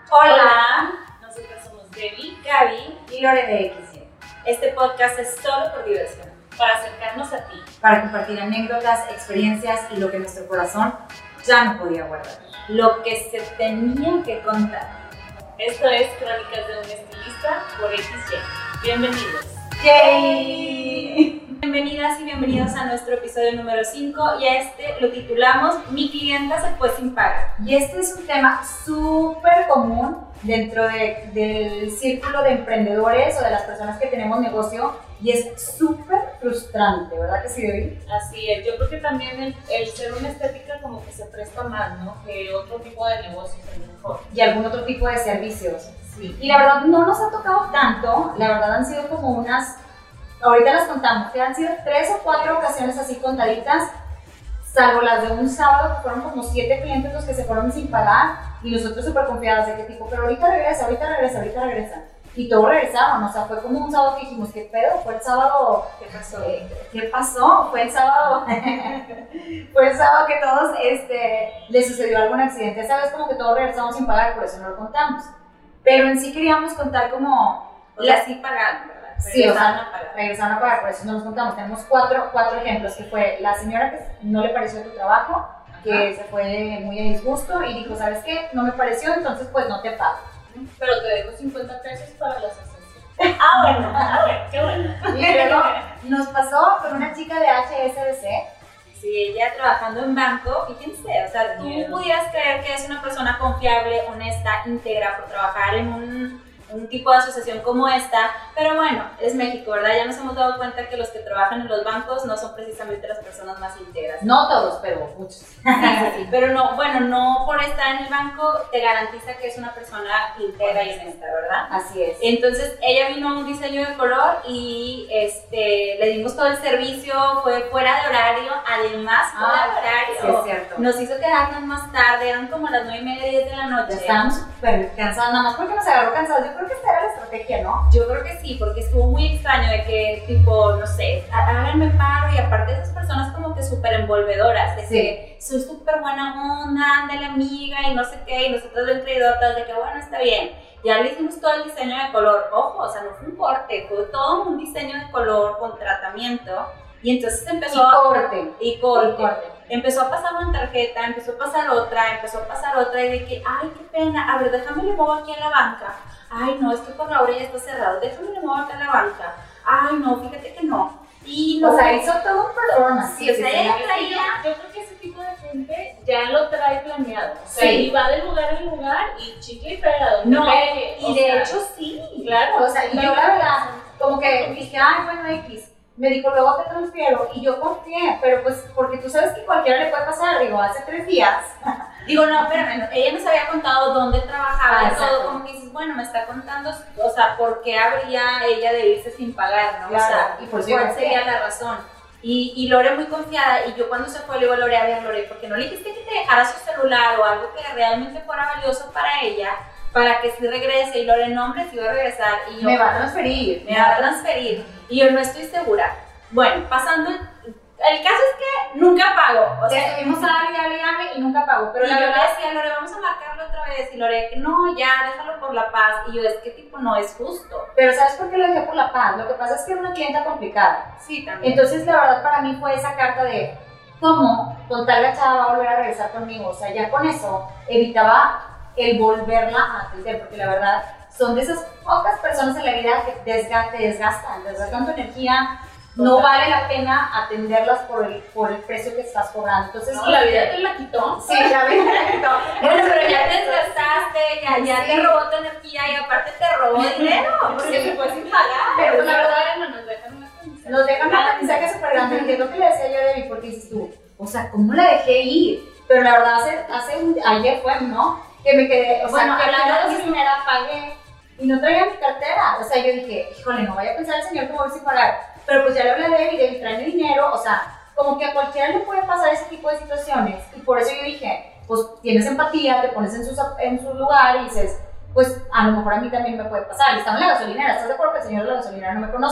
Hola, nosotras somos Debbie, Gaby y Lore de XY. Este podcast es solo por diversión, para acercarnos a ti, para compartir anécdotas, experiencias y lo que nuestro corazón ya no podía guardar. Lo que se tenía que contar. Esto es Crónicas de un Estilista por XY. Bienvenidos. ¡Yay! Bienvenidas y bienvenidos a nuestro episodio número 5 y a este lo titulamos Mi clienta se fue sin pagar. Y este es un tema súper común dentro del círculo de emprendedores o de las personas que tenemos negocio y es súper frustrante, ¿verdad que sí, Debbie? Así es, yo creo que también el ser una estética como que se presta más, ¿no? Que otro tipo de negocios es mejor. Y algún otro tipo de servicios. Sí. Y la verdad no nos ha tocado tanto, la verdad han sido como unas, ahorita las contamos, que han sido 3 o 4 ocasiones así contaditas, salvo las de un sábado que fueron como 7 clientes los que se fueron sin pagar y nosotros súper confiadas de que tipo, pero ahorita regresa. Y todos regresaron, o sea, fue como un sábado que dijimos, ¿qué pedo? Fue el sábado, ¿Qué pasó? ¿Qué pasó? Fue el sábado, fue el sábado que todos, les sucedió algún accidente, esa vez como que todos regresamos sin pagar, por eso no lo contamos. Pero en sí queríamos contar como... sí pagaron, ¿verdad? Sí, o sea, regresaron a pagar, por eso no los contamos. Tenemos cuatro ejemplos, que fue la señora que no le pareció tu trabajo, que se fue muy a disgusto y dijo, ¿sabes qué? No me pareció, entonces pues no te pago. Pero te dejo 50 pesos para las asesorías. Bueno, a ver, qué bueno. Y luego nos pasó con una chica de HSBC. Sí, ella trabajando en banco, fíjense, o sea, tú pudieras creer que es una persona confiable, honesta, íntegra por trabajar en un tipo de asociación como esta, pero bueno, es México, ¿verdad? Ya nos hemos dado cuenta que los que trabajan en los bancos no son precisamente las personas más íntegras. No todos, pero muchos. Sí, pero no, bueno, no por estar en el banco te garantiza que es una persona íntegra y honesta, ¿verdad? Así es. Entonces, ella vino a un diseño de color y le dimos todo el servicio, fue fuera de horario, además fuera de horario. Sí, es cierto. Nos hizo quedarnos más tarde, eran como las 9:30, 10 de la noche. Ya estábamos súper cansados, nada más porque nos agarró cansados. Yo creo que esta era la estrategia, ¿no? Yo creo que sí, porque estuvo muy extraño de que, tipo, no sé, háganme paro y aparte esas personas como que súper envolvedoras, de que soy súper buena onda, ándale amiga y no sé qué, y nosotros bien traídotas de que bueno, está bien. Ya le hicimos todo el diseño de color, ojo, o sea, no fue un corte, fue todo un diseño de color con tratamiento y entonces empezó y corte. Empezó a pasar una tarjeta, empezó a pasar otra y de que, ay, qué pena, a ver, déjame le muevo aquí a la banca. Ay, no, es que por la hora ya está cerrado, déjame le muevo acá a la banca. Ay, no, fíjate que no. Y no, o sea, hizo todo un performance. Sí, o sea, ella traía... Yo creo que ese tipo de gente ya lo trae planeado. O sea, y va de lugar en lugar y chicle y pega donde pegue. Y de hecho sí. Claro. O sea, y yo la verdad, como que dije, ay, bueno, X. Me dijo, luego te transfiero, y yo confié, pero pues, porque tú sabes que cualquiera le puede pasar, digo, hace 3 días. Digo, no, espérame, ella nos había contado dónde trabajaba y todo, como que dices, bueno, me está contando, o sea, ¿por qué habría ella de irse sin pagar, no? Claro, o sea, y por ¿cuál sería la razón? Y Lore muy confiada, y yo cuando se fue le digo a Lore, a ver, Lore, ¿por qué no le dijiste que te dejara su celular o algo que realmente fuera valioso para ella? Para que sí regrese, y Lore, no, hombre, sí va a regresar. Y yo, me va a transferir. Y yo no estoy segura. Bueno, pasando, el caso es que nunca pagó. O sea, estuvimos a darle y nunca pagó. Pero y yo le decía, Lore, vamos a marcarlo otra vez. Y Lore, no, ya, déjalo por la paz. Y yo, es que tipo, no es justo. Pero ¿sabes por qué lo dejé por la paz? Lo que pasa es que era una clienta complicada. Sí, también. Entonces, la verdad, para mí fue esa carta de cómo con tal la chava va a volver a regresar conmigo. O sea, ya con eso evitaba el volverla a atender, porque la verdad son de esas pocas personas en la vida que te desgastan tu energía. No vale la pena atenderlas por el precio que estás cobrando. Entonces, no, la vida te la quitó. Sí, la vida te la quitó. Bueno, pero ya te desgastaste, ya te robó tu energía y aparte te robó dinero, porque se fue sin pagar. Pero la verdad no nos dejan una aprendizaje. Nos dejan un aprendizaje súper grande. Entiendo que le decía yo a Debbie, porque dices tú, o sea, ¿cómo la dejé ir? Pero la verdad, ayer fue, ¿no? Que me quedé, o sea, bueno, hablando de mi dinero, pagué y no traía mi cartera. O sea, yo dije, híjole, no vaya a pensar el señor que me voy sin pagar. Pero pues ya le hablé a Debbie, trae mi dinero, o sea, como que a cualquiera le puede pasar ese tipo de situaciones. Y por eso yo dije, pues tienes empatía, te pones en su lugar y dices, pues a lo mejor a mí también me puede pasar. Y estaba en la gasolinera, ¿estás de acuerdo que el señor de la gasolinera no me conoce?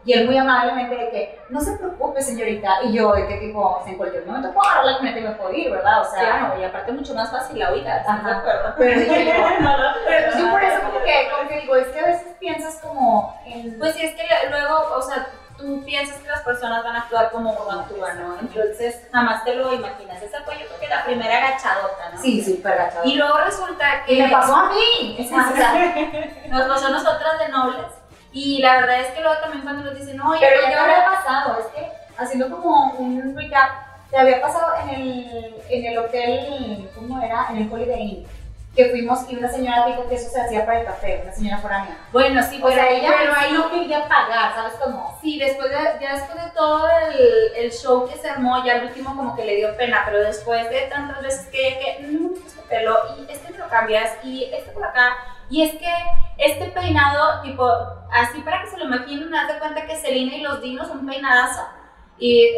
Y él muy amablemente de que, no se preocupe señorita, y yo de que tipo, en cualquier momento puedo agarrar la camioneta y me puedo ir, ¿verdad? O sea, claro, y aparte mucho más fácil la huida, ¿estás de acuerdo? Pero dije yo, pero sí por eso como que digo, es que a veces piensas como en... Pues sí, es que luego, o sea, tú piensas que las personas van a actuar como uno actúa, ¿no? Entonces jamás te lo imaginas. Esa fue yo creo que la primera agachadota, ¿no? Sí, súper agachadota. Y luego resulta que... Y me pasó a mí. Nos pasó a nosotras de nobles. Y la verdad es que luego también cuando nos dicen, oye, pero ya te había pasado, es que haciendo como un recap, te había pasado en el hotel, ¿cómo era? En el Holiday Inn, que fuimos y una señora dijo que eso se hacía para el café, una señora foránea. Bueno, sí, o sea, ella pero ahí no quería pagar, ¿sabes cómo? Sí, ya después de todo el show que se armó, ya al último como que le dio pena, pero después de tantas veces que ella que, no me gusta este pelo, y este me lo cambias, y este por acá, y es que este peinado, tipo, así para que se lo imaginen, me das de cuenta que Selena y los Dinos un peinadazo, y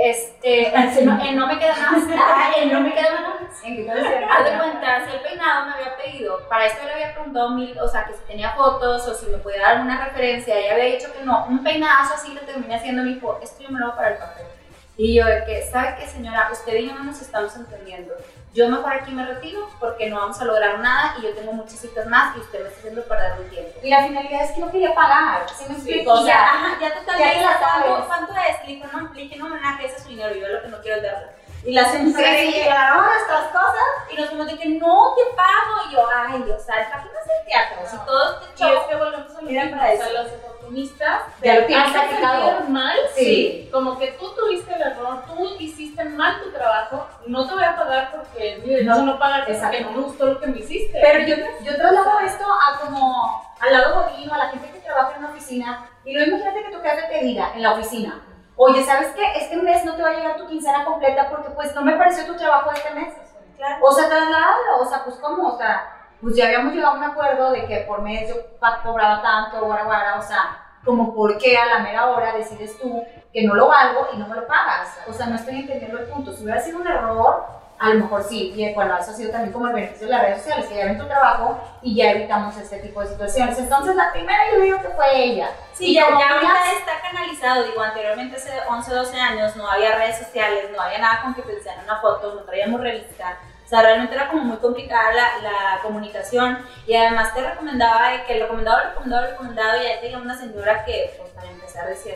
no me queda más, no me queda más. ¿En qué te decía? Haz de cuenta, si el peinado me había pedido, para esto le había preguntado o sea, que si tenía fotos o si me podía dar alguna referencia, ella había dicho que no, un peinazo así le terminé haciendo, me dijo, esto yo me lo hago para el café. Y yo de que, ¿sabe qué señora? Usted y yo no nos estamos entendiendo. Yo mejor aquí me retiro porque no vamos a lograr nada y yo tengo muchas citas más y usted me está haciendo perder mi tiempo. Y la finalidad es que no quería pagar, ¿sí me explico? O sea, ya totalmente, ya ¿cuánto es? Le dije, no, homenaje, ese es su dinero, yo lo que no quiero es verlo. Y la señora llegaron nuestras cosas y nos fuimos de que no te pago. Y yo, ay, o sea, imagínate el teatro, si todo este show. Y es que volvemos a lo mismo, o sea, los oportunistas ya lo tienes hacen practicado sentir mal, sí. Como que tú tuviste el error, tú hiciste mal tu trabajo, no te voy a pagar porque mi derecho no pagar porque no me gustó lo que me hiciste. Pero yo traslado esto a como al lado godino, a la gente que trabaja en una oficina, y luego imagínate que tu jefe te diga en la oficina, oye, ¿sabes qué? Este mes no te va a llegar tu quincena completa porque pues no me pareció tu trabajo este mes. Claro. O sea, trasládalo, o sea, pues ¿cómo? O sea, pues ya habíamos llegado a un acuerdo de que por mes yo cobraba tanto, guara, o sea, como por qué a la mera hora decides tú que no lo valgo y no me lo pagas. O sea, no estoy entendiendo el punto. Si hubiera sido un error, a lo mejor sí, y bueno, eso ha sido también como el beneficio de las redes sociales, que ya ven tu trabajo y ya evitamos este tipo de situaciones. Entonces, la primera yo digo que fue ella. Sí, ya ahorita está canalizado, digo, anteriormente hace 11, 12 años no había redes sociales, no había nada con que te enseñaran una foto, no traíamos revista. O sea, realmente era como muy complicada la comunicación y además te recomendaba de que lo recomendado y ahí tenía una señora que, pues, para empezar decía,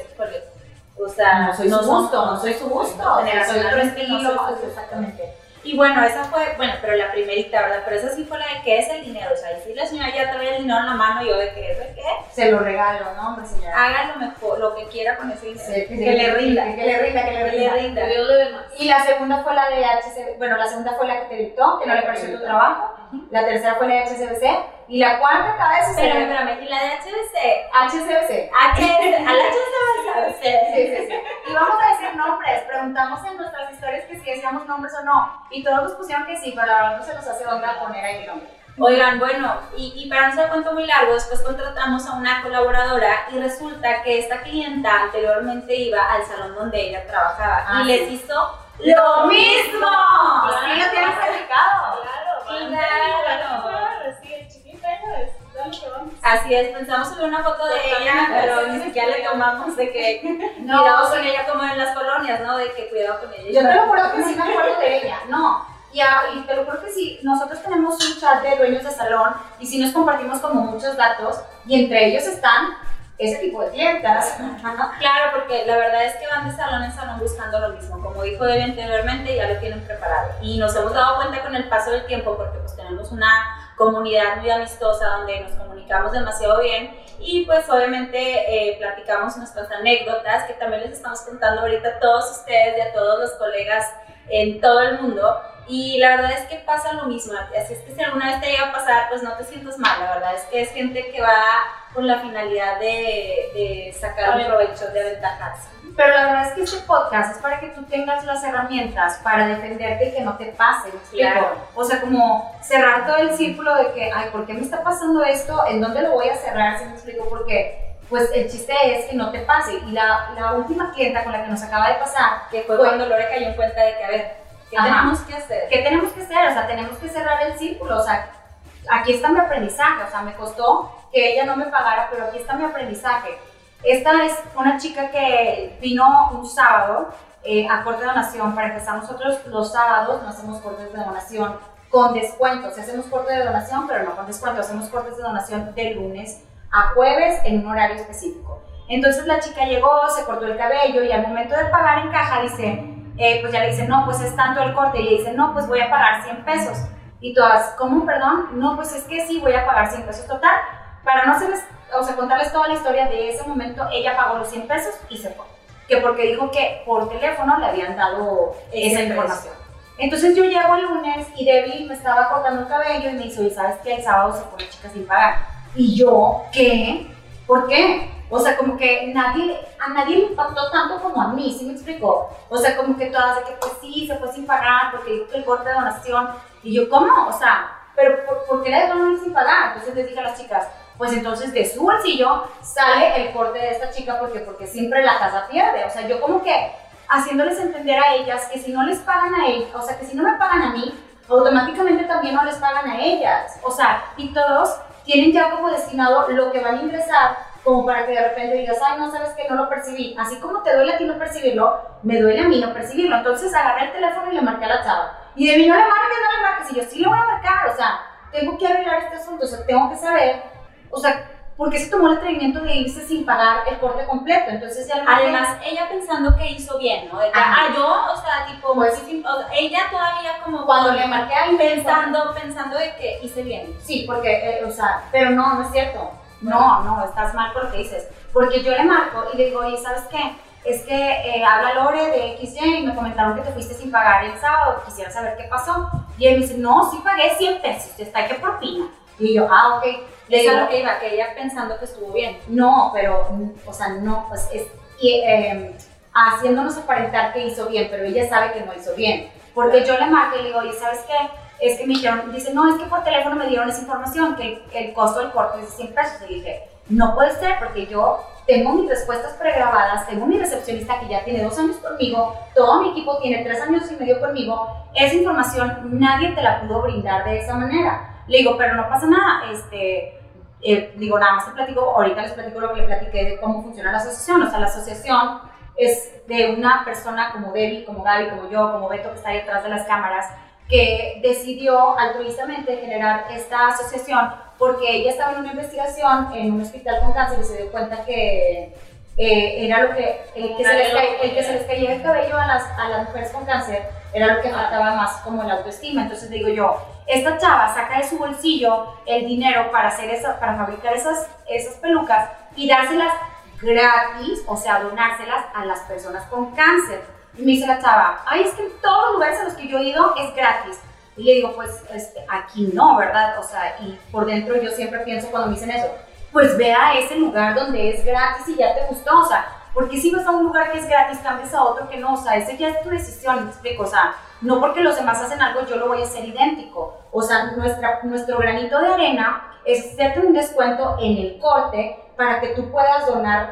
o sea, no soy su gusto, soy otro estilo, exactamente. Y bueno, esa fue, pero la primerita, ¿verdad? Pero esa sí fue la de qué es el dinero, o sea, y si la señora ya traía el dinero en la mano, yo de qué, se lo regalo, ¿no, hombre, señora? Haga lo mejor, lo que quiera con ese dinero, sí, que le rinda. Que Dios le dé más. Y la segunda fue la de HCBC, bueno, la segunda fue la que te dictó, que no le pareció tu trabajo, la tercera fue la de HCBC, y la cuarta acaba de suceder. Espérame, y la de HCBC. Sí. Y vamos a decir nombres, preguntamos en nuestras historias que si decíamos nombres o no, y todos nos pusieron que sí, pero la verdad no se nos hace onda poner ahí el nombre. Oigan, bueno, y para no hacer el cuento muy largo, después contratamos a una colaboradora y resulta que esta clienta anteriormente iba al salón donde ella trabajaba y les hizo lo mismo. Sí, lo tienes platicado. Claro. Sí, el chiquita es lo que vamos. Así es, pensamos subir una foto de ella, pero ni siquiera le tomamos de que miramos con ella como en las colonias, ¿no? De que cuidado con ella. Yo te lo juro que sí me acuerdo de ella, no. Y te lo juro que sí, nosotros tenemos un chat de dueños de salón y sí nos compartimos como muchos datos y entre ellos están ese tipo de clientas. Claro, porque la verdad es que van de salón en salón buscando lo mismo, como dijo Debbie anteriormente, ya lo tienen preparado y nos hemos dado cuenta con el paso del tiempo porque pues tenemos una comunidad muy amistosa donde nos comunicamos demasiado bien y pues obviamente platicamos nuestras anécdotas que también les estamos contando ahorita a todos ustedes y a todos los colegas en todo el mundo. Y la verdad es que pasa lo mismo, así es que si alguna vez te llega a pasar, pues no te sientas mal, la verdad es que es gente que va con la finalidad de sacar un provecho, de aventajarse. Pero la verdad es que este podcast es para que tú tengas las herramientas para defenderte y que no te pase, ¿me explico? Claro. O sea, como cerrar todo el círculo de que, ay, ¿por qué me está pasando esto? ¿En dónde lo voy a cerrar? ¿Sí me explico? Porque pues el chiste es que no te pase. Y la última clienta con la que nos acaba de pasar, que fue cuando Lore cayó en cuenta de que, a ver, ¿qué tenemos que hacer? ¿Qué tenemos que hacer? O sea, tenemos que cerrar el círculo. O sea, aquí está mi aprendizaje. O sea, me costó que ella no me pagara, pero aquí está mi aprendizaje. Esta es una chica que vino un sábado a corte de donación. Para empezar, nosotros los sábados no hacemos cortes de donación con descuento. Si hacemos corte de donación, pero no con descuento, hacemos cortes de donación de lunes a jueves en un horario específico. Entonces la chica llegó, se cortó el cabello y al momento de pagar en caja dice, pues ya le dicen, no, pues es tanto el corte. Y ella dice, no, pues voy a pagar 100 pesos. Y todas, ¿cómo, perdón? No, pues es que sí, voy a pagar 100 pesos total. Para no hacerles, o sea, contarles toda la historia de ese momento, ella pagó los 100 pesos y se fue. Que porque dijo que por teléfono le habían dado esa información. Entonces yo llego el lunes y Debbie me estaba cortando el cabello y me dice, oye, ¿sabes qué? El sábado se fue la chica sin pagar. Y yo, ¿qué? ¿Por qué? O sea, como que a nadie le impactó tanto como a mí, ¿sí me explicó? O sea, como que todas de que pues sí, se fue sin pagar porque dijo que el corte de donación. Y yo, ¿cómo? O sea, ¿pero por qué la dejaron ir sin pagar? Entonces les dije a las chicas, pues entonces de su bolsillo sale el corte de esta chica porque siempre la casa pierde. O sea, yo como que haciéndoles entender a ellas que si no les pagan a ellas, o sea, que si no me pagan a mí, automáticamente también no les pagan a ellas. O sea, y todos tienen ya como destinado lo que van a ingresar, como para que de repente digas, ay, no, sabes que no lo percibí. Así como te duele a ti no percibirlo, me duele a mí no percibirlo. Entonces agarré el teléfono y le marqué a la chava. Y de mí no le marques. Y yo sí le voy a marcar, o sea, tengo que arreglar este asunto, o sea, tengo que saber, o sea, ¿por qué se tomó el atrevimiento de irse sin pagar el corte completo? Entonces ya además, ella pensando que hizo bien, ¿no? De que, yo, o sea, tipo, pues, ella todavía como cuando le marqué a mí pensando de que hice bien. Sí, porque, o sea, pero no es cierto. No, estás mal con lo que dices. Porque yo le marco y le digo, oye, ¿sabes qué? Es que habla Lore de XY y me comentaron que te fuiste sin pagar el sábado, quisiera saber qué pasó. Y él me dice, no, sí pagué 100 pesos, está que propina. Y yo, ok. Eso es lo que iba, que ella pensando que estuvo bien. No, pero, o sea, no, pues haciéndonos aparentar que hizo bien, pero ella sabe que no hizo bien. Porque yo le marco y le digo, oye, ¿sabes qué? Es que me dijeron, dice, no, es que por teléfono me dieron esa información, que el costo del corte es de 100 pesos. Y dije, no puede ser, porque yo tengo mis respuestas pregrabadas, tengo mi recepcionista que ya tiene 2 años conmigo, todo mi equipo tiene 3 años y medio conmigo, esa información nadie te la pudo brindar de esa manera. Le digo, pero no pasa nada, digo, nada más te platico, ahorita les platico lo que le platiqué de cómo funciona la asociación. O sea, la asociación es de una persona como Debbie, como Gaby, como yo, como Beto, que está ahí detrás de las cámaras, que decidió altruistamente generar esta asociación porque ella estaba en una investigación en un hospital con cáncer y se dio cuenta que era lo que el que se les caía el cabello a las mujeres con cáncer era lo que faltaba más como la autoestima. Entonces digo yo, esta chava saca de su bolsillo el dinero para hacer eso, para fabricar esas pelucas y dárselas gratis, o sea, donárselas a las personas con cáncer. Y me dice la chava, ay, es que en todos los lugares a los que yo he ido es gratis. Y le digo, pues aquí no, ¿verdad? O sea, y por dentro yo siempre pienso cuando me dicen eso, pues ve a ese lugar donde es gratis y ya te gustó. O sea, porque si vas a un lugar que es gratis, cambias a otro que no. O sea, esa ya es tu decisión, me explico. O sea, no porque los demás hacen algo, yo lo voy a hacer idéntico. O sea, nuestro granito de arena es hacerte un descuento en el corte para que tú puedas donar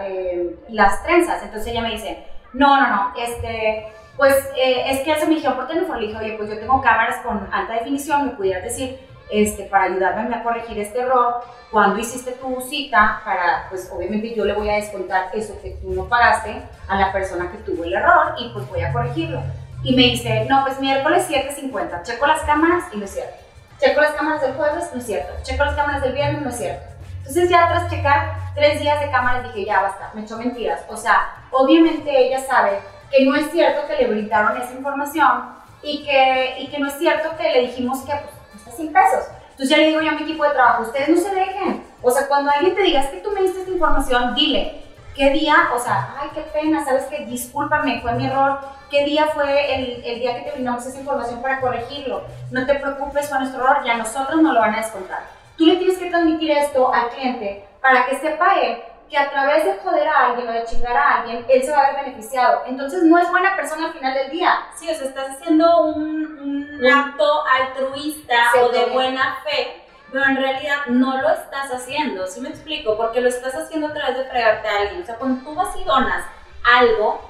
las trenzas. Entonces ella me dice, no, pues es que eso me dijeron por teléfono. Le dije, oye, pues yo tengo cámaras con alta definición, me pudieras decir, para ayudarme a corregir este error, cuando hiciste tu cita, para, pues obviamente yo le voy a descontar eso que tú no pagaste a la persona que tuvo el error y pues voy a corregirlo. Y me dice, no, pues miércoles 7:50, checo las cámaras y no es cierto. Checo las cámaras del jueves, no es cierto. Checo las cámaras del viernes, no es cierto. Entonces ya tras checar 3 días de cámaras dije, ya basta, me echó mentiras. O sea, obviamente ella sabe que no es cierto que le brindaron esa información y que no es cierto que le dijimos que pues, cuesta 100 pesos. Entonces ya le digo yo a mi equipo de trabajo, ustedes no se dejen. O sea, cuando alguien te diga, es que tú me diste esta información, dile, ¿qué día? O sea, ay, qué pena, ¿sabes qué? Discúlpame, fue mi error. ¿Qué día fue el día que te brindamos esa información para corregirlo? No te preocupes, fue nuestro error, ya nosotros no lo van a descontar. Tú le tienes que transmitir esto al cliente para que sepa él que a través de joder a alguien o de chingar a alguien, él se va a ver beneficiado. Entonces no es buena persona al final del día. Sí, o sea, estás haciendo un acto altruista o de buena fe, pero en realidad no lo estás haciendo, ¿sí me explico? Porque lo estás haciendo a través de fregarte a alguien. O sea, cuando tú vas y donas algo,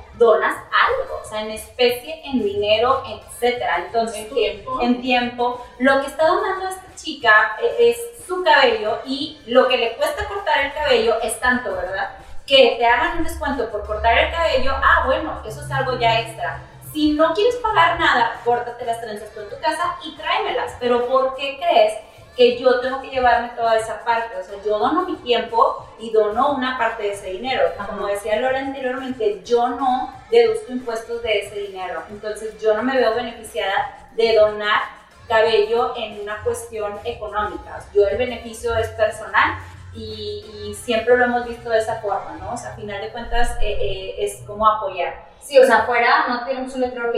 o sea, en especie, en dinero, etcétera. Entonces, en tiempo, lo que está donando esta chica es su cabello y lo que le cuesta cortar el cabello es tanto, ¿verdad? que te hagan un descuento por cortar el cabello, bueno, eso es algo ya extra. Si no quieres pagar nada, córtate las trenzas tú en tu casa y tráemelas. Pero ¿por qué crees que yo tengo que llevarme toda esa parte? O sea, yo dono mi tiempo y dono una parte de ese dinero. Como decía Lore anteriormente, yo no deduzco impuestos de ese dinero. Entonces, yo no me veo beneficiada de donar cabello en una cuestión económica. Yo el beneficio es personal y siempre lo hemos visto de esa forma, ¿no? O sea, a final de cuentas es como apoyar. Sí, o sea, afuera no tenemos un letrero que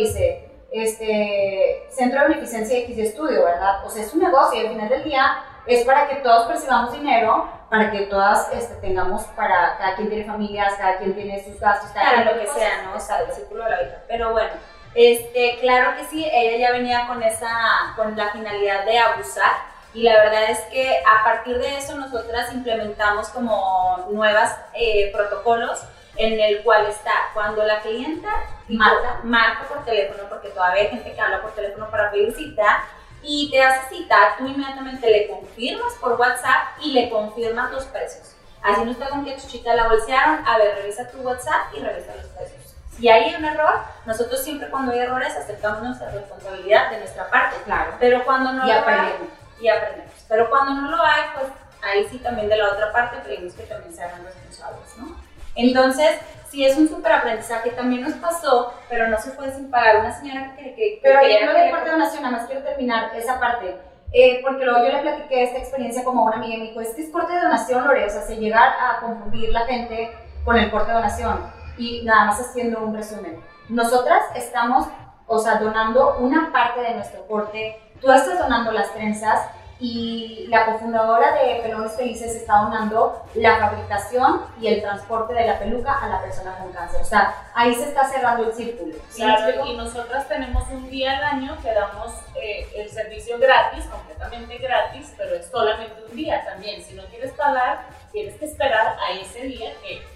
dice Centro de Beneficencia X de Estudio, ¿verdad? O sea, es un negocio y al final del día es para que todos percibamos dinero, para que todas tengamos, cada quien tiene familias, cada quien tiene sus gastos, cada lo que sea, ¿no? O sea, el círculo de la vida. Pero bueno, claro que sí, ella ya venía con la finalidad de abusar. Y la verdad es que a partir de eso nosotras implementamos como nuevos protocolos en el cual está cuando la clienta marca por teléfono, porque todavía hay gente que habla por teléfono para pedir cita, y te hace cita, tú inmediatamente le confirmas por WhatsApp y le confirmas los precios. Así no está con que Chuchita la bolsearon, a ver, revisa tu WhatsApp y revisa los precios. Si hay un error, nosotros siempre cuando hay errores aceptamos nuestra responsabilidad de nuestra parte, claro, pero cuando no aprendemos. Y aprendemos. Pero cuando no lo hay, pues ahí sí también de la otra parte pedimos que también se hagan responsables, ¿no? Entonces, sí es un súper aprendizaje, también nos pasó, pero no se fue sin pagar. Una señora que pero ahí no de corte de donación, nada más quiero terminar esa parte, porque luego yo le platiqué esta experiencia como a una amiga y me dijo, es que es corte de donación, Lore, o sea, se llega a confundir la gente con el corte de donación. Y nada más haciendo un resumen, nosotras estamos, o sea, donando una parte de nuestro corte. Tú estás donando las trenzas y la cofundadora de Pelones Felices está donando la fabricación y el transporte de la peluca a la persona con cáncer. O sea, ahí se está cerrando el círculo. ¿Sí? Claro, y nosotras tenemos un día al año que damos el servicio gratis, completamente gratis, pero es solamente un día también. Si no quieres pagar, tienes que esperar a ese día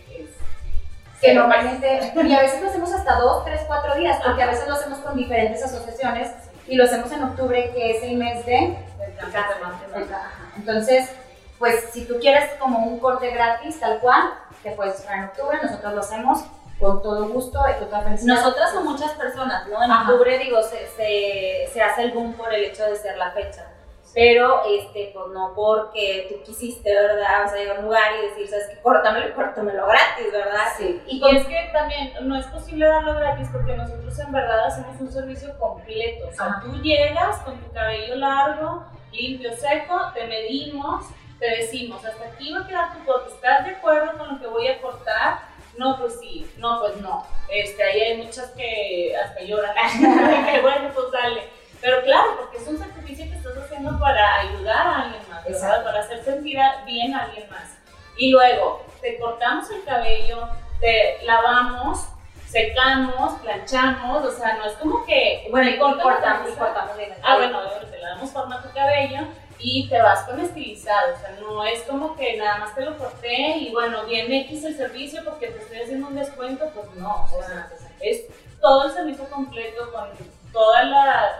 que normalmente, y a veces lo hacemos hasta 2, 3, 4 días, porque a veces lo hacemos con diferentes asociaciones y lo hacemos en octubre, que es el mes de cáncer. Entonces, pues si tú quieres como un corte gratis, tal cual, te puedes esperar en octubre, nosotros lo hacemos con todo gusto y con toda felicidad. Nosotras son muchas personas, ¿no? En octubre, digo, se hace el boom por el hecho de ser la fecha. Pero, pues no porque tú quisiste, ¿verdad? O sea, llegar a un lugar y decir, ¿sabes qué? Córtamelo gratis, ¿verdad? Sí. Y es que también no es posible darlo gratis porque nosotros en verdad hacemos un servicio completo. O sea, tú llegas con tu cabello largo, limpio, seco, te medimos, te decimos, hasta aquí va a quedar tu corte. ¿Estás de acuerdo con lo que voy a cortar? No, pues sí. No, pues no. Ahí hay muchas que hasta lloran. Bueno, pues dale. Pero claro, porque es un sacrificio que estás haciendo para ayudar a alguien más, ¿verdad? Para hacer sentir bien a alguien más. Y luego, te cortamos el cabello, te lavamos, secamos, planchamos, o sea, no es como que... Bueno, y cortamos bien. Bueno, te le damos forma a tu cabello y te vas con estilizado, o sea, no es como que nada más te lo corté y bueno, bien X el servicio porque te estoy haciendo un descuento, pues no, o sea, es todo el servicio completo con toda la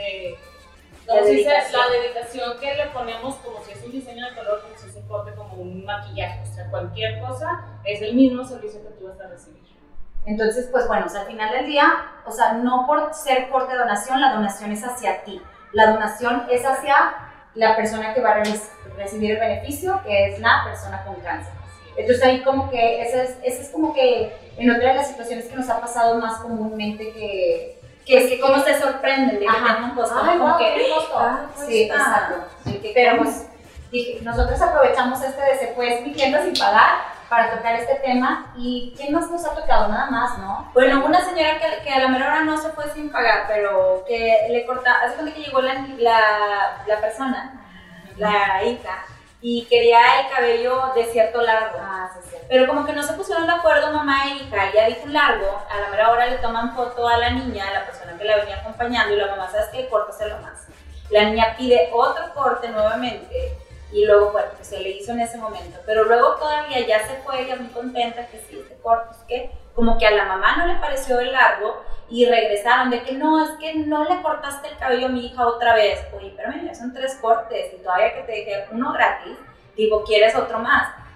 dedicación que le ponemos, como si es un diseño de color, como si es un corte, como un maquillaje, o sea, cualquier cosa, es el mismo servicio que tú vas a recibir. Entonces, pues bueno, o sea, al final del día, o sea, no por ser corte de donación, la donación es hacia ti, la donación es hacia la persona que va a recibir el beneficio, que es la persona con cáncer. Entonces ahí como que, ese es como que en otra de las situaciones que nos ha pasado más comúnmente que es que cómo se sorprenden de que tengan un costo. Como que sí, exacto. Pero pues nosotros aprovechamos de se puede mi clienta sin pagar para tocar este tema. ¿Y quién más nos ha tocado? Nada más, ¿no? Bueno, una señora que a la mera hora no se fue sin pagar, pero que le cortaba, hace cuenta que llegó la persona, la hija, y quería el cabello de cierto largo. Sí. Pero como que no se pusieron de acuerdo mamá e hija, ella dijo largo, a la mera hora le toman foto a la niña, a la persona que la venía acompañando, y la mamá, ¿sabes qué? Córtaselo más. La niña pide otro corte nuevamente, y luego, bueno, pues se le hizo en ese momento. Pero luego todavía ya se fue, ella muy contenta que sí, este corte, es que como que a la mamá no le pareció el largo, y regresaron de que no, es que no le cortaste el cabello a mi hija otra vez. Oye, pero mira, son 3 cortes, y todavía que te dije uno gratis, digo, ¿quieres otro más?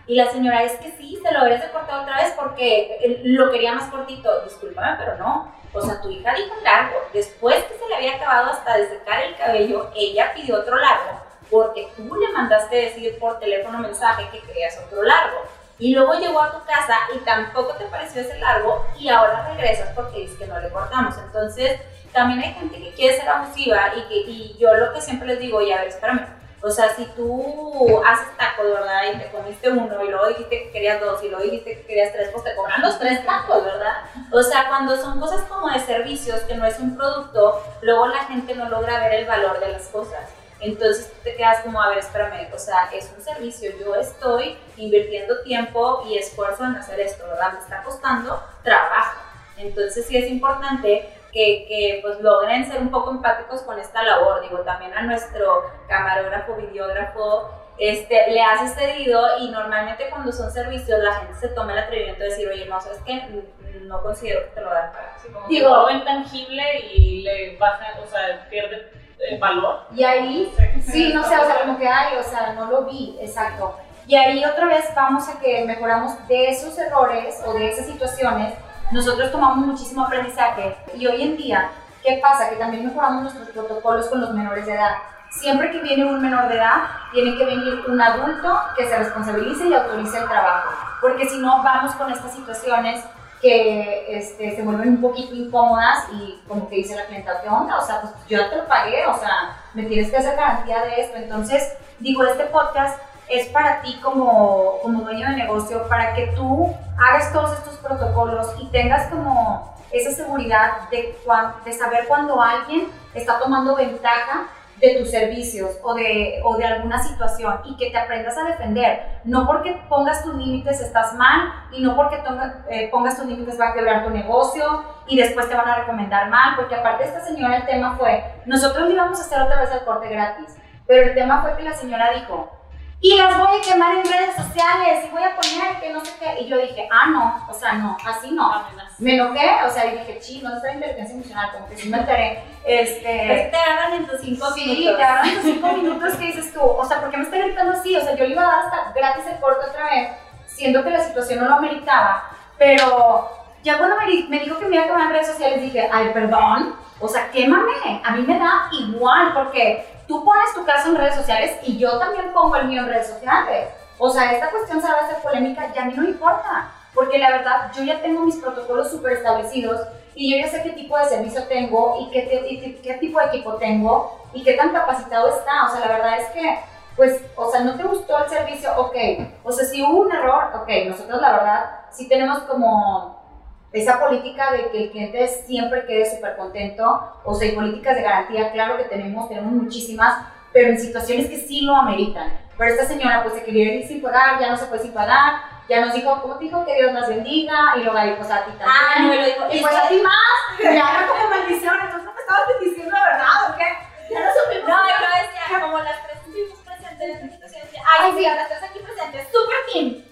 Y la señora, es que sí, se lo deberías de cortar otra vez porque lo quería más cortito. Discúlpame, pero no. O sea, tu hija dijo largo. Después que se le había acabado hasta de secar el cabello, ella pidió otro largo porque tú le mandaste decir por teléfono mensaje que querías otro largo. Y luego llegó a tu casa y tampoco te pareció ese largo y ahora regresas porque dices que no le cortamos. Entonces, también hay gente que quiere ser abusiva y yo lo que siempre les digo, ya a ver, espérame. O sea, si tú haces tacos, ¿verdad? Y te comiste uno y luego dijiste que querías 2 y luego dijiste que querías 3, pues te cobran los 3 tacos, ¿verdad? O sea, cuando son cosas como de servicios, que no es un producto, luego la gente no logra ver el valor de las cosas. Entonces tú te quedas como, a ver, espérame, o sea, es un servicio, yo estoy invirtiendo tiempo y esfuerzo en hacer esto, ¿verdad? Me está costando trabajo. Entonces sí es importante que pues logren ser un poco empáticos con esta labor. Digo, también a nuestro camarógrafo, videógrafo, le haces pedido y normalmente cuando son servicios la gente se toma el atrevimiento de decir, oye, no, ¿sabes qué? No considero que te lo dan para. Sí, como digo, algo intangible y le baja, o sea, pierde valor. Y ahí, sí, no sé, o sea, como que, ay, o sea, no lo vi, exacto. Y ahí otra vez vamos a que mejoramos de esos errores o de esas situaciones. Nosotros tomamos muchísimo aprendizaje y hoy en día, ¿qué pasa? Que también mejoramos nuestros protocolos con los menores de edad. Siempre que viene un menor de edad, tiene que venir un adulto que se responsabilice y autorice el trabajo, porque si no vamos con estas situaciones que se vuelven un poquito incómodas y como que dice la clienta, ¿qué onda? O sea, pues yo ya te lo pagué, o sea, me tienes que hacer garantía de esto. Entonces, digo, este podcast es para ti como dueño de negocio, para que tú hagas todos estos protocolos y tengas como esa seguridad de saber cuando alguien está tomando ventaja de tus servicios o de alguna situación y que te aprendas a defender. No porque pongas tus límites estás mal y no porque pongas tus límites va a quebrar tu negocio y después te van a recomendar mal, porque aparte esta señora, el tema fue, nosotros le íbamos a hacer otra vez el corte gratis, pero el tema fue que la señora dijo, y las voy a quemar en redes sociales y voy a poner que no sé qué. Y yo dije, no, o sea, no, así no. Me enojé, o sea, y dije, no está la inteligencia emocional, como que sí me enteré. Te agarran en tus 5 minutos. Sí, te agarran en tus 5 minutos que dices tú, o sea, ¿por qué me está gritando así? O sea, yo le iba a dar hasta gratis el corte otra vez, siendo que la situación no lo ameritaba. Pero ya cuando me dijo que me iba a quemar en redes sociales, dije, ay, perdón, o sea, quémame. A mí me da igual, porque tú pones tu caso en redes sociales y yo también pongo el mío en redes sociales. O sea, esta cuestión se va a hacer polémica y a mí no me importa, porque la verdad yo ya tengo mis protocolos súper establecidos y yo ya sé qué tipo de servicio tengo y qué tipo de equipo tengo y qué tan capacitado está. O sea, la verdad es que, pues, o sea, no te gustó el servicio, ok. O sea, si hubo un error, ok. Nosotros la verdad sí tenemos como esa política de que el cliente siempre quede súper contento, o sea, y políticas de garantía, claro que tenemos muchísimas, pero en situaciones que sí lo ameritan. Pero esta señora pues se quería ir sin pagar, ya no se fue sin pagar, ya nos dijo, ¿cómo te dijo? Que Dios las bendiga, y luego ahí pues a ti también, no, lo dijo, y pues a ti más, y ya como maldición, entonces no me estabas diciendo la verdad, ¿o qué? Ya no supimos. No, yo decía, como las tres estuvimos presentes en esta situación, decía, ay, sí, las tres aquí presentes, super team.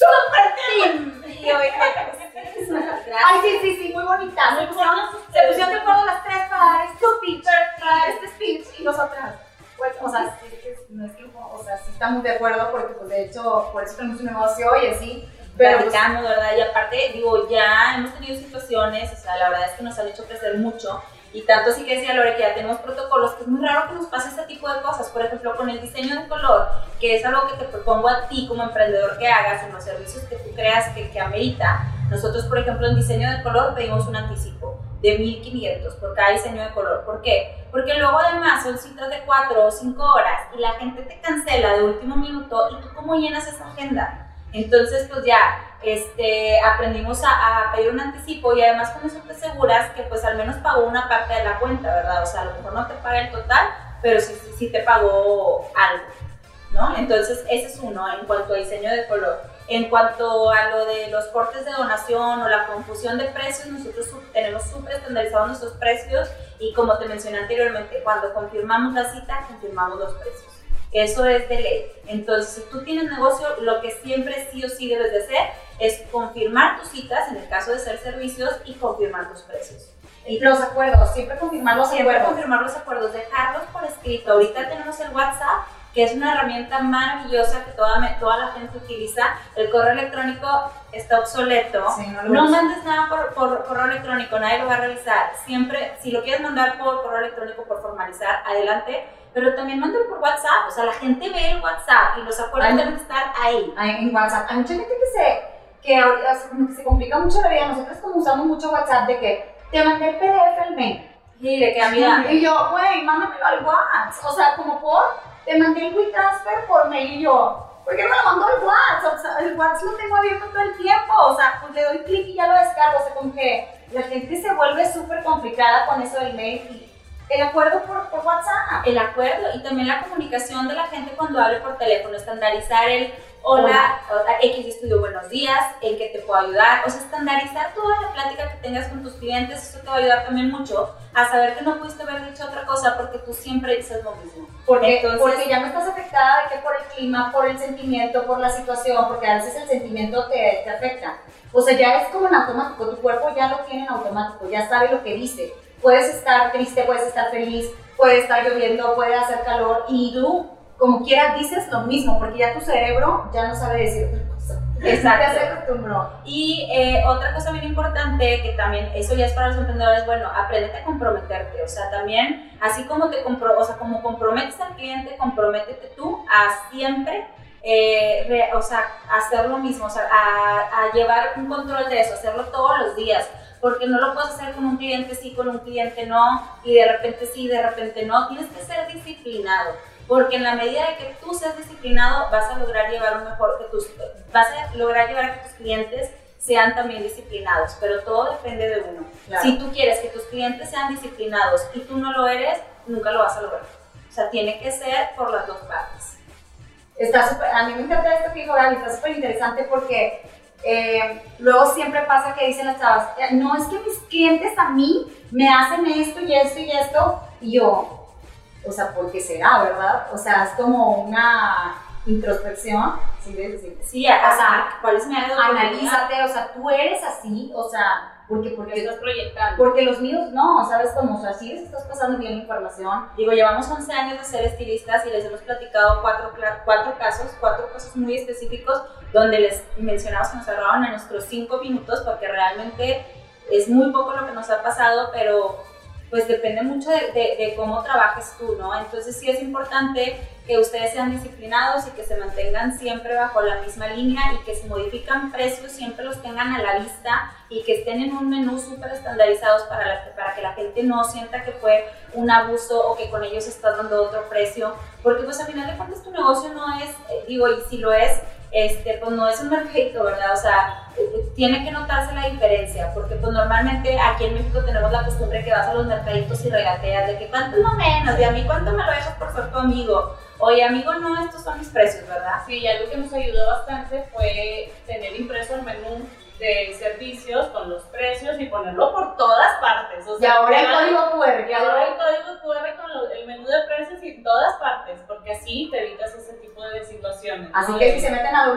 Y hoy, ay, sí, muy bonita. Se pusieron de acuerdo las tres para dar este speech, y nosotras, pues, o sea, no es que, o sea, sí estamos de acuerdo porque, pues, de hecho, por eso tenemos un negocio y así, pero platicamos, pues, ¿verdad? Y aparte, digo, ya hemos tenido situaciones, o sea, la verdad es que nos han hecho crecer mucho. Y tanto así que decía Lore que ya tenemos protocolos, que es muy raro que nos pase este tipo de cosas. Por ejemplo, con el diseño de color, que es algo que te propongo a ti como emprendedor que hagas en los servicios que tú creas que amerita. Nosotros, por ejemplo, en diseño de color pedimos un anticipo de 1,500 por cada diseño de color. ¿Por qué? Porque luego además son citas de 4 o 5 horas y la gente te cancela de último minuto y tú cómo llenas esa agenda. Entonces, pues ya, aprendimos a pedir un anticipo y además con eso te aseguras que pues al menos pagó una parte de la cuenta, ¿verdad? O sea, a lo mejor no te paga el total, pero sí te pagó algo, ¿no? Entonces, ese es uno en cuanto a diseño de color. En cuanto a lo de los cortes de donación o la confusión de precios, nosotros tenemos súper estandarizados nuestros precios y como te mencioné anteriormente, cuando confirmamos la cita, confirmamos los precios. Eso es de ley. Entonces, si tú tienes negocio, lo que siempre sí o sí debes de hacer es confirmar tus citas, en el caso de ser servicios, y confirmar tus precios. Y los acuerdos, siempre confirmar los acuerdos. Siempre confirmar los acuerdos, dejarlos por escrito. Ahorita tenemos el WhatsApp que es una herramienta maravillosa que toda la gente utiliza. El correo electrónico está obsoleto. Sí, no mandes nada por correo electrónico, nadie lo va a revisar. Siempre, si lo quieres mandar por correo electrónico, por formalizar, adelante, pero también mándalo por WhatsApp. O sea, la gente ve el WhatsApp y los acuerdos deben estar ahí. En WhatsApp. Hay mucha gente que ahorita se complica mucho la vida. Nosotros como usamos mucho WhatsApp de que te mandé el PDF al mail. Y de que amiga. Y yo, güey, mándamelo al WhatsApp. O sea, como te mandé el WeTransfer por mail y yo, ¿por qué no me lo mandó al WhatsApp? O sea, el WhatsApp lo tengo abierto todo el tiempo. O sea, pues le doy clic y ya lo descargo. O sea, como que la gente se vuelve súper complicada con eso del mail y el acuerdo por WhatsApp. El acuerdo y también la comunicación de la gente cuando hable por teléfono, estandarizar el hola, X estudio, buenos días, en qué te puedo ayudar, o sea, estandarizar toda la plática que tengas con tus clientes, eso te va a ayudar también mucho a saber que no pudiste haber dicho otra cosa porque tú siempre dices lo mismo. Porque ya no estás afectada de que por el clima, por el sentimiento, por la situación, porque a veces el sentimiento te afecta. O sea, ya es como en automático, tu cuerpo ya lo tiene en automático, ya sabe lo que dice. Puedes estar triste, puedes estar feliz, puede estar lloviendo, puede hacer calor y tú, como quieras, dices lo mismo porque ya tu cerebro ya no sabe decir otra cosa. Exacto. Ya se acostumbró. Y otra cosa bien importante, que también eso ya es para los emprendedores, bueno, aprendete a comprometerte, o sea, también, así como como comprometes al cliente, comprométete tú a siempre, o sea, hacer lo mismo, o sea, a llevar un control de eso, hacerlo todos los días, porque no lo puedes hacer con un cliente sí, con un cliente no, y de repente sí, de repente no, tienes que ser disciplinado. Porque en la medida de que tú seas disciplinado, vas a lograr llevar a que tus clientes sean también disciplinados, pero todo depende de uno. Claro. Si tú quieres que tus clientes sean disciplinados y tú no lo eres, nunca lo vas a lograr. O sea, tiene que ser por las dos partes. A mí me encanta esto que dijo Gaby, está súper interesante porque luego siempre pasa que dicen las chavas, no, es que mis clientes a mí me hacen esto y esto y esto, y yo... O sea, ¿por qué será, verdad? O sea, es como una introspección, ¿sí? Sí, o sea, ¿cuál es mi área de oportunidad? Analízate, o sea, tú eres así, o sea, porque estás proyectando. Porque los míos no, ¿sabes cómo? O sea, sí les estás pasando bien la información. Digo, llevamos 11 años de ser estilistas y les hemos platicado cuatro casos muy específicos donde les mencionamos que nos agarraron en nuestros 5 minutos porque realmente es muy poco lo que nos ha pasado, pero pues depende mucho de cómo trabajes tú, ¿no? Entonces sí es importante que ustedes sean disciplinados y que se mantengan siempre bajo la misma línea y que si modifican precios siempre los tengan a la vista y que estén en un menú súper estandarizados para que la gente no sienta que fue un abuso o que con ellos estás dando otro precio, porque pues al final de cuentas tu negocio no es, y si lo es, pues no es un mercadito, ¿verdad? O sea, tiene que notarse la diferencia, porque pues normalmente aquí en México tenemos la costumbre que vas a los mercaditos y regateas de que cuánto es lo menos, de a mí cuánto me lo dejas por ser tu amigo. Oye, amigo, no, estos son mis precios, ¿verdad? Sí, y algo que nos ayudó bastante fue tener impreso el menú de servicios con los precios y ponerlo por todas partes. O sea, y ahora el código QR. Y ahora el código QR con el menú de precios y en todas partes, porque así te evitas ese tipo de situaciones. Así ¿no? que si se meten a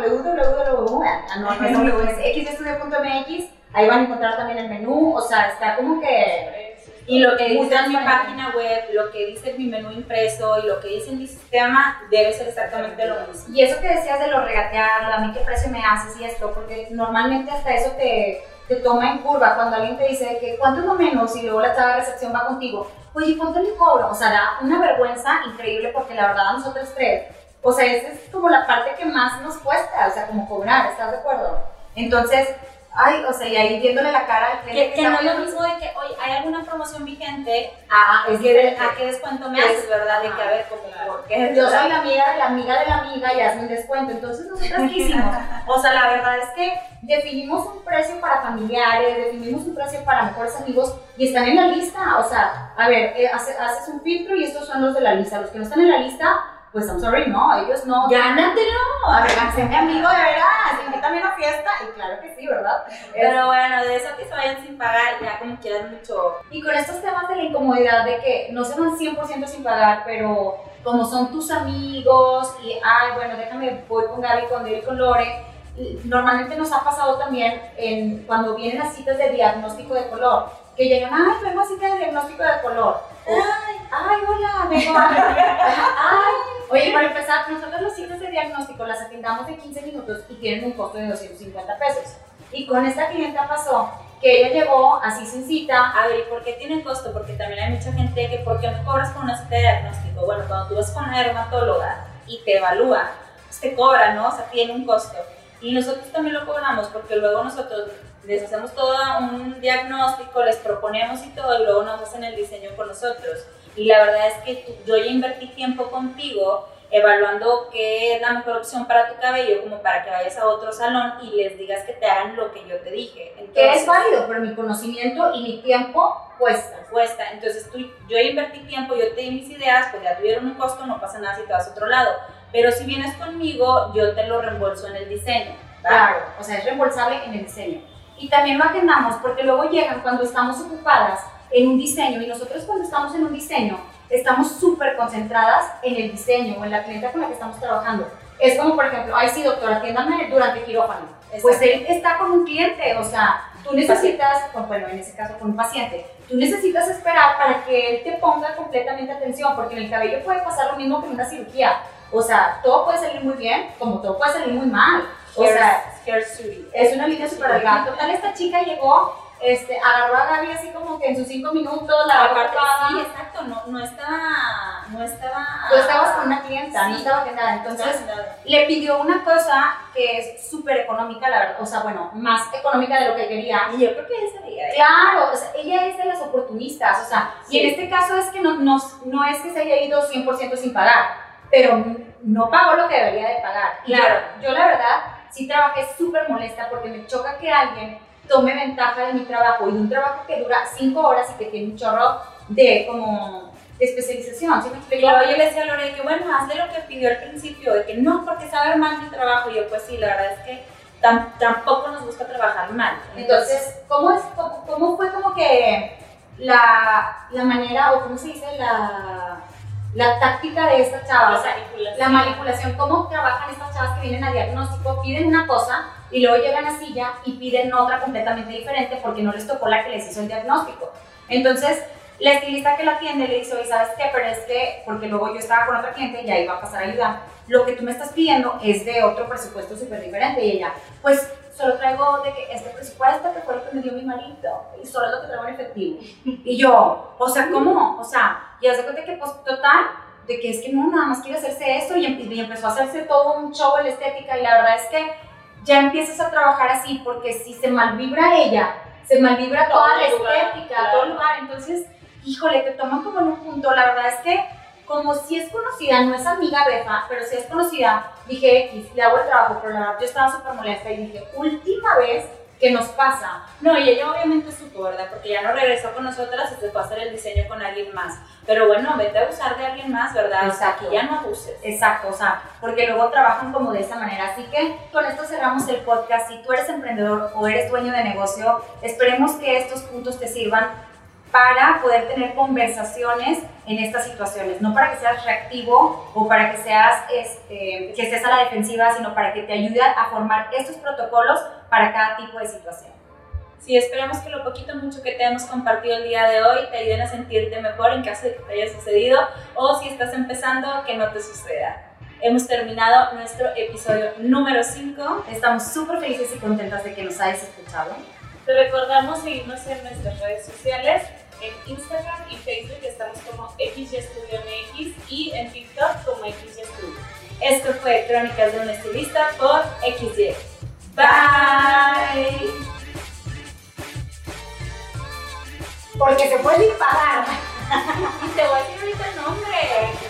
xestudio.mx, ahí van a encontrar también el menú, o sea, está como que... Y lo que dice en mi página web, lo que dice en mi menú impreso y lo que dice en mi sistema debe ser exactamente lo mismo. Y eso que decías de lo regatear, a mí qué precio me haces y esto, porque normalmente hasta eso te toma en curva cuando alguien te dice que cuánto es lo menos y luego la chava de recepción va contigo, oye, ¿cuánto le cobro? O sea, da una vergüenza increíble porque la verdad a nosotros tres, o sea, esa es como la parte que más nos cuesta, o sea, como cobrar, ¿estás de acuerdo? Entonces... Ay, o sea, y ahí viéndole la cara al cliente que no es lo mismo de que, oye, hay alguna promoción vigente, es que ¿a qué descuento me haces, verdad? De que, a ver, como, ¿por qué? Yo soy la amiga de la amiga de la amiga y hazme un descuento. Entonces, ¿nosotros qué hicimos? O sea, la verdad es que definimos un precio para familiares, definimos un precio para mejores amigos y están en la lista. O sea, a ver, haces un filtro y estos son los de la lista. Los que no están en la lista, pues I'm sorry, no, ellos no. ¡Gánatelo! A ver, haceme amigo, de veras, invítame a una fiesta, y claro que sí, ¿verdad? Pero bueno, de eso que se vayan sin pagar, ya como quieran mucho. Y con estos temas de la incomodidad de que no se van 100% sin pagar, pero como son tus amigos, y ay, bueno, déjame, voy con Gaby, con David, con Lore, normalmente nos ha pasado también cuando vienen las citas de diagnóstico de color. que llegan, ay, vengo así de diagnóstico de color. Ay, hola, vengo ay. Oye, para empezar, nosotros los citas de diagnóstico las agendamos de 15 minutos y tienen un costo de 250 pesos. Y con esta clienta pasó que ella llegó así sin cita. A ver, ¿y por qué tiene costo? Porque también hay mucha gente que, ¿por qué me cobras por una cita de diagnóstico? Bueno, cuando tú vas con una dermatóloga y te evalúa, pues te cobra, ¿no? O sea, tiene un costo. Y nosotros también lo cobramos porque luego nosotros les hacemos todo un diagnóstico, les proponemos y todo, y luego nos hacen el diseño con nosotros. Y la verdad es que yo ya invertí tiempo contigo evaluando qué es la mejor opción para tu cabello, como para que vayas a otro salón y les digas que te hagan lo que yo te dije. Entonces, que es válido, pero mi conocimiento y mi tiempo cuesta. Entonces yo invertí tiempo, yo te di mis ideas, pues ya tuvieron un costo, no pasa nada si te vas a otro lado. Pero si vienes conmigo, yo te lo reembolso en el diseño, ¿va? Claro, o sea, es reembolsable en el diseño. Y también lo agendamos porque luego llegan cuando estamos ocupadas en un diseño, y nosotros cuando estamos en un diseño estamos súper concentradas en el diseño o en la clienta con la que estamos trabajando. Es como, por ejemplo, ay sí, doctora, atiéndame durante quirófano. Exacto. Pues él está con un cliente, o sea, tú necesitas, bueno, en ese caso con un paciente, tú necesitas esperar para que él te ponga completamente atención, porque en el cabello puede pasar lo mismo que en una cirugía. O sea, todo puede salir muy bien, como todo puede salir muy mal. O sea, es una línea súper delgada. Total, esta chica llegó, agarró a Gaby así como que en sus 5 minutos, la aparte, sí, exacto, no estaba... Tú estabas con una clienta, sí, no estaba agendada. Entonces, le pidió una cosa que es súper económica, la verdad, o sea, bueno, más económica de lo que quería. Y yo creo que ella sabía. Claro, o sea, ella es de las oportunistas, o sea, sí. Y en este caso es que no es que se haya ido 100% sin pagar, pero no pagó lo que debería de pagar. Claro. Yo la verdad, sí trabajé súper molesta porque me choca que alguien tome ventaja de mi trabajo y de un trabajo que dura 5 horas y que tiene un chorro de especialización, ¿sí me explico? Claro, yo le decía a Lore que bueno, hazle lo que pidió al principio, de que no, porque sabe mal mi trabajo. Y yo, pues sí, la verdad es que tampoco nos gusta trabajar mal. Entonces, ¿cómo fue como que la manera, o cómo se dice, la táctica de esta chava? La manipulación. ¿Cómo trabajan estas chavas que vienen a diagnóstico? Piden una cosa y luego llegan a silla y piden otra completamente diferente porque no les tocó la que les hizo el diagnóstico. Entonces, la estilista que la atiende le dice, oye, ¿sabes qué? Pero es que, porque luego yo estaba con otra cliente y ya iba a pasar a ayudar, lo que tú me estás pidiendo es de otro presupuesto súper diferente. Y ella, pues, solo traigo de que este presupuesto que fue lo que me dio mi marido y solo es lo que traigo en efectivo. Y yo, o sea, ¿cómo? O sea, y hace cuenta que, pues, total, de que es que no, nada más quiere hacerse esto, y empezó a hacerse todo un show en la estética. Y la verdad es que ya empiezas a trabajar así, porque si se malvibra ella, se malvibra toda la estética, claro, todo el lugar. Entonces, híjole, te toman como en un punto. La verdad es que, como si es conocida, no es amiga Befa, pero si es conocida, dije X, le hago el trabajo, pero la verdad yo estaba súper molesta y dije, última vez que nos pasa. No, y ella obviamente supo, ¿verdad? Porque ya no regresó con nosotras y se fue a hacer el diseño con alguien más. Pero bueno, vete a abusar de alguien más, ¿verdad? Exacto. O sea, que ya no abuses. Exacto, o sea, porque luego trabajan como de esa manera. Así que con esto cerramos el podcast. Si tú eres emprendedor o eres dueño de negocio, esperemos que estos puntos te sirvan para poder tener conversaciones en estas situaciones, no para que seas reactivo o para que seas que estés a la defensiva, sino para que te ayude a formar estos protocolos para cada tipo de situación. Sí, esperamos que lo poquito o mucho que te hemos compartido el día de hoy te ayuden a sentirte mejor en caso de que te haya sucedido, o si estás empezando, que no te suceda. Hemos terminado nuestro episodio número 5. Estamos súper felices y contentas de que nos hayas escuchado. Te recordamos seguirnos en nuestras redes sociales, en Instagram y Facebook estamos como XY Studio MX y en TikTok como XY Studio. Esto fue Crónicas de una Estilista por XY. Bye. Porque se puede ir pagar. Y te voy a decir ahorita el nombre.